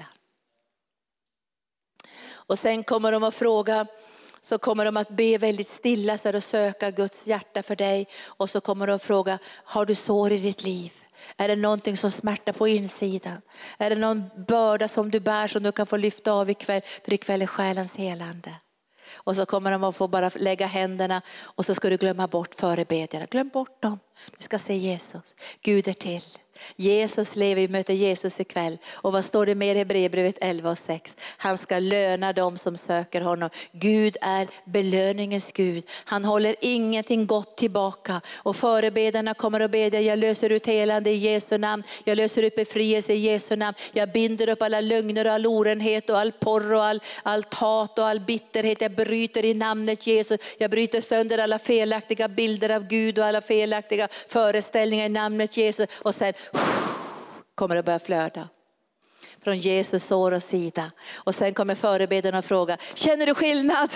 Och sen kommer de att fråga, så kommer de att be väldigt stilla så och söka Guds hjärta för dig. Och så kommer de att fråga, har du sår i ditt liv? Är det någonting som smärtar på insidan? Är det någon börda som du bär som du kan få lyfta av ikväll? För ikväll är själens helande. Och så kommer de att få bara lägga händerna och så ska du glömma bort förebedjarna. Glöm bort dem. Du ska se Jesus. Gud är till. Jesus lever, vi möter Jesus ikväll. Och vad står det mer i Hebreerbrevet 11 och 6? Han ska löna dem som söker honom. Gud är belöningens Gud. Han håller ingenting gott tillbaka. Och förebedjarna kommer att bedja, jag löser ut helande i Jesu namn. Jag löser ut befrielse i Jesu namn. Jag binder upp alla lögner och all orenhet och all porr och allt hat och all bitterhet. Jag bryter i namnet Jesus. Jag bryter sönder alla felaktiga bilder av Gud och alla felaktiga föreställningar i namnet Jesus. Och sen kommer det börja flöda från Jesus sår och sida. Och sen kommer förebedjarna och fråga, känner du skillnad?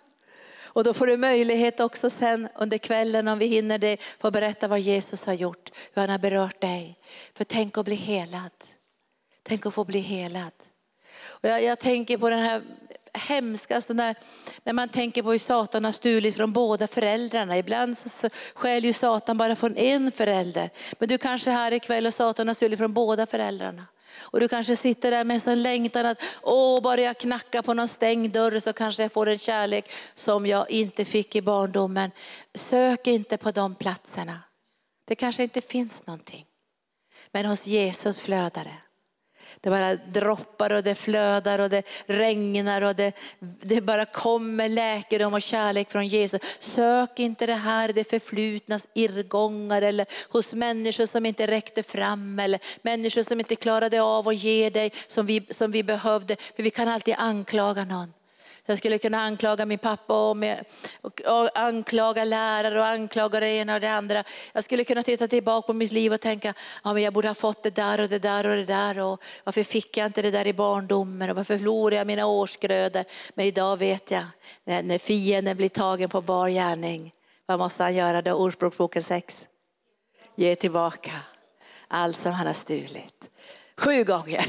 Och då får du möjlighet också sen under kvällen, om vi hinner det, få berätta vad Jesus har gjort. Hur han har berört dig. För tänk att bli helad. Tänk att få bli helad. Och jag tänker på den här hemskaste när man tänker på hur Satan har stulit från båda föräldrarna. Ibland så stjäl ju Satan bara från en förälder. Men du kanske är här ikväll och Satan har stulit från båda föräldrarna. Och du kanske sitter där med en sån längtan att bara jag knackar på någon stängd dörr så kanske jag får en kärlek som jag inte fick i barndomen. Sök inte på de platserna. Det kanske inte finns någonting. Men hos Jesus flödar det. Det bara droppar och det flödar och det regnar och det bara kommer läkedom och kärlek från Jesus. Sök inte det här, det förflutnas irrgångar eller hos människor som inte räckte fram eller människor som inte klarade av att ge dig som vi behövde. För vi kan alltid anklaga någon. Jag skulle kunna anklaga min pappa och anklaga lärare och anklaga det ena och det andra. Jag skulle kunna titta tillbaka på mitt liv och tänka, ja, men jag borde ha fått det där och det där och det där. Och varför fick jag inte det där i barndomen? Och varför förlorade jag mina årsgrödor? Men idag vet jag, när fienden blir tagen på bar gärning, vad måste han göra då? Ordspråksboken 6. Ge tillbaka allt som han har stulit. 7 gånger.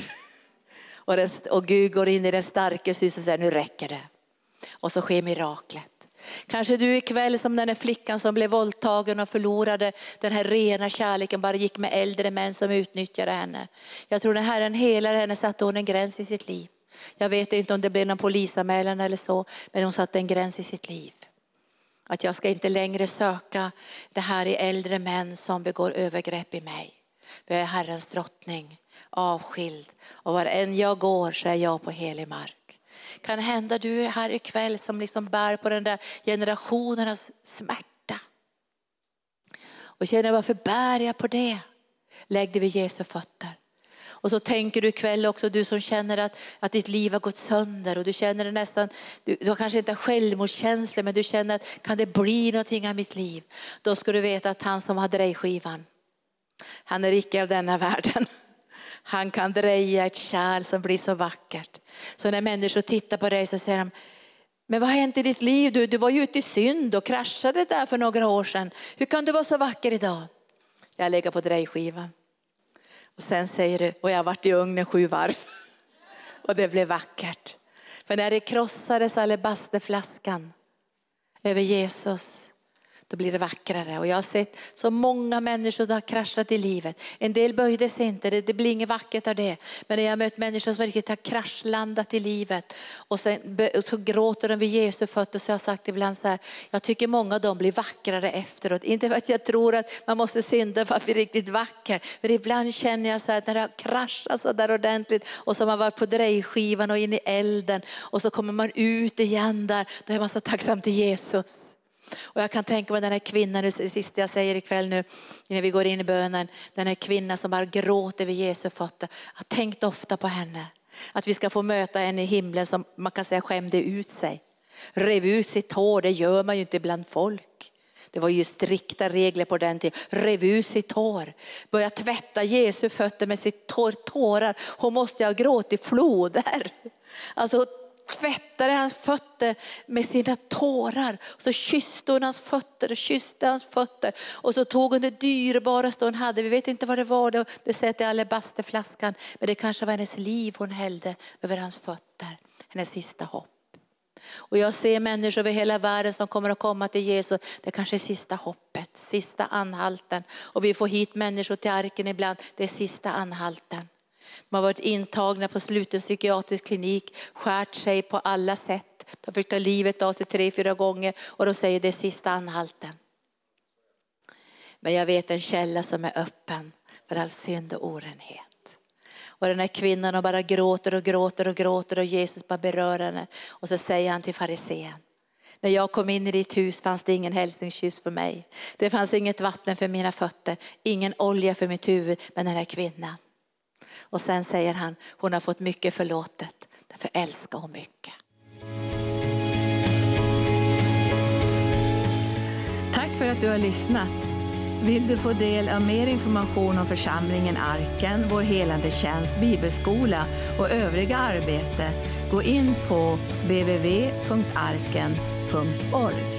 Och Gud går in i den starkes hus och säger, nu räcker det. Och så sker miraklet. Kanske du ikväll som den här flickan som blev våldtagen och förlorade den här rena kärleken, bara gick med äldre män som utnyttjade henne. Jag tror när Herren helade henne satte hon en gräns i sitt liv. Jag vet inte om det blev någon polisanmälan eller så, men hon satte en gräns i sitt liv. Att jag ska inte längre söka det här i äldre män som begår övergrepp i mig. För jag är Herrens drottning, avskild. Och var än jag går så är jag på helig mark. Kan hända du är här ikväll som liksom bär på den där generationernas smärta. Och känner, varför bär jag på det? Lägg det vid Jesu fötter. Och så tänker du ikväll också, du som känner att ditt liv har gått sönder. Och du känner det nästan, du har kanske inte självmordskänsla, men du känner att kan det bli någonting av mitt liv? Då ska du veta att han som har drejskivan, han är icke av denna världen. Han kan dreja ett kärl som blir så vackert. Så när människor tittar på dig så säger de, men vad har hänt i ditt liv? Du var ju ute i synd och kraschade där för några år sedan. Hur kan du vara så vacker idag? Jag lägger på drejskivan. Och sen säger du, och jag har varit i ugnen 7 varv. Och det blev vackert. För när det krossades alabasterflaskan över Jesus, då blir det vackrare. Och jag har sett så många människor som har kraschat i livet. En del böjdes inte, det blir inget vackert av det. Men när jag har mött människor som riktigt har kraschlandat i livet. Och så gråter de vid Jesu fötter. Så jag har sagt ibland så här, jag tycker många av dem blir vackrare efteråt. Inte för att jag tror att man måste synda för att bli riktigt vacker. Men ibland känner jag så här, när det har kraschat så där ordentligt. Och så har man varit på drejskivan och in i elden. Och så kommer man ut igen där. Då är man så tacksam till Jesus. Och jag kan tänka mig den här kvinnan, det sista jag säger ikväll nu när vi går in i bönen. Den här kvinnan som bara gråter vid Jesu fötter. Jag har tänkt ofta på henne. Att vi ska få möta henne i himlen som man kan säga skämde ut sig. Rev ut sitt hår, det gör man ju inte bland folk. Det var ju strikta regler på den tiden. Rev ut sitt hår. Börja tvätta Jesu fötter med sitt tårar. Hon måste ha gråtit floder. Alltså tvättade hans fötter med sina tårar. Så kysste hon hans fötter och kysste hans fötter. Och så tog hon det dyrbaraste hon hade. Vi vet inte vad det var. Det sätter i alabasterflaskan. Men det kanske var hennes liv hon hällde över hans fötter. Hennes sista hopp. Och jag ser människor över hela världen som kommer att komma till Jesus. Det kanske är sista hoppet, sista anhalten. Och vi får hit människor till arken ibland. Det är sista anhalten. De har varit intagna på sluten psykiatrisk klinik, skärt sig på alla sätt. De fick ta livet av sig 3-4 gånger och de säger det är sista anhalten. Men jag vet en källa som är öppen för all synd och orenhet. Och den här kvinnan bara gråter och gråter och gråter och Jesus bara berör henne. Och så säger han till farisén. När jag kom in i ditt hus fanns det ingen hälsningskyss för mig. Det fanns inget vatten för mina fötter, ingen olja för mitt huvud, men den här kvinnan. Och sen säger han, hon har fått mycket förlåtet, därför älskar hon mycket. Tack för att du har lyssnat. Vill du få del av mer information om församlingen Arken, vår helande tjänst, bibelskola och övriga arbete, gå in på www.arken.org.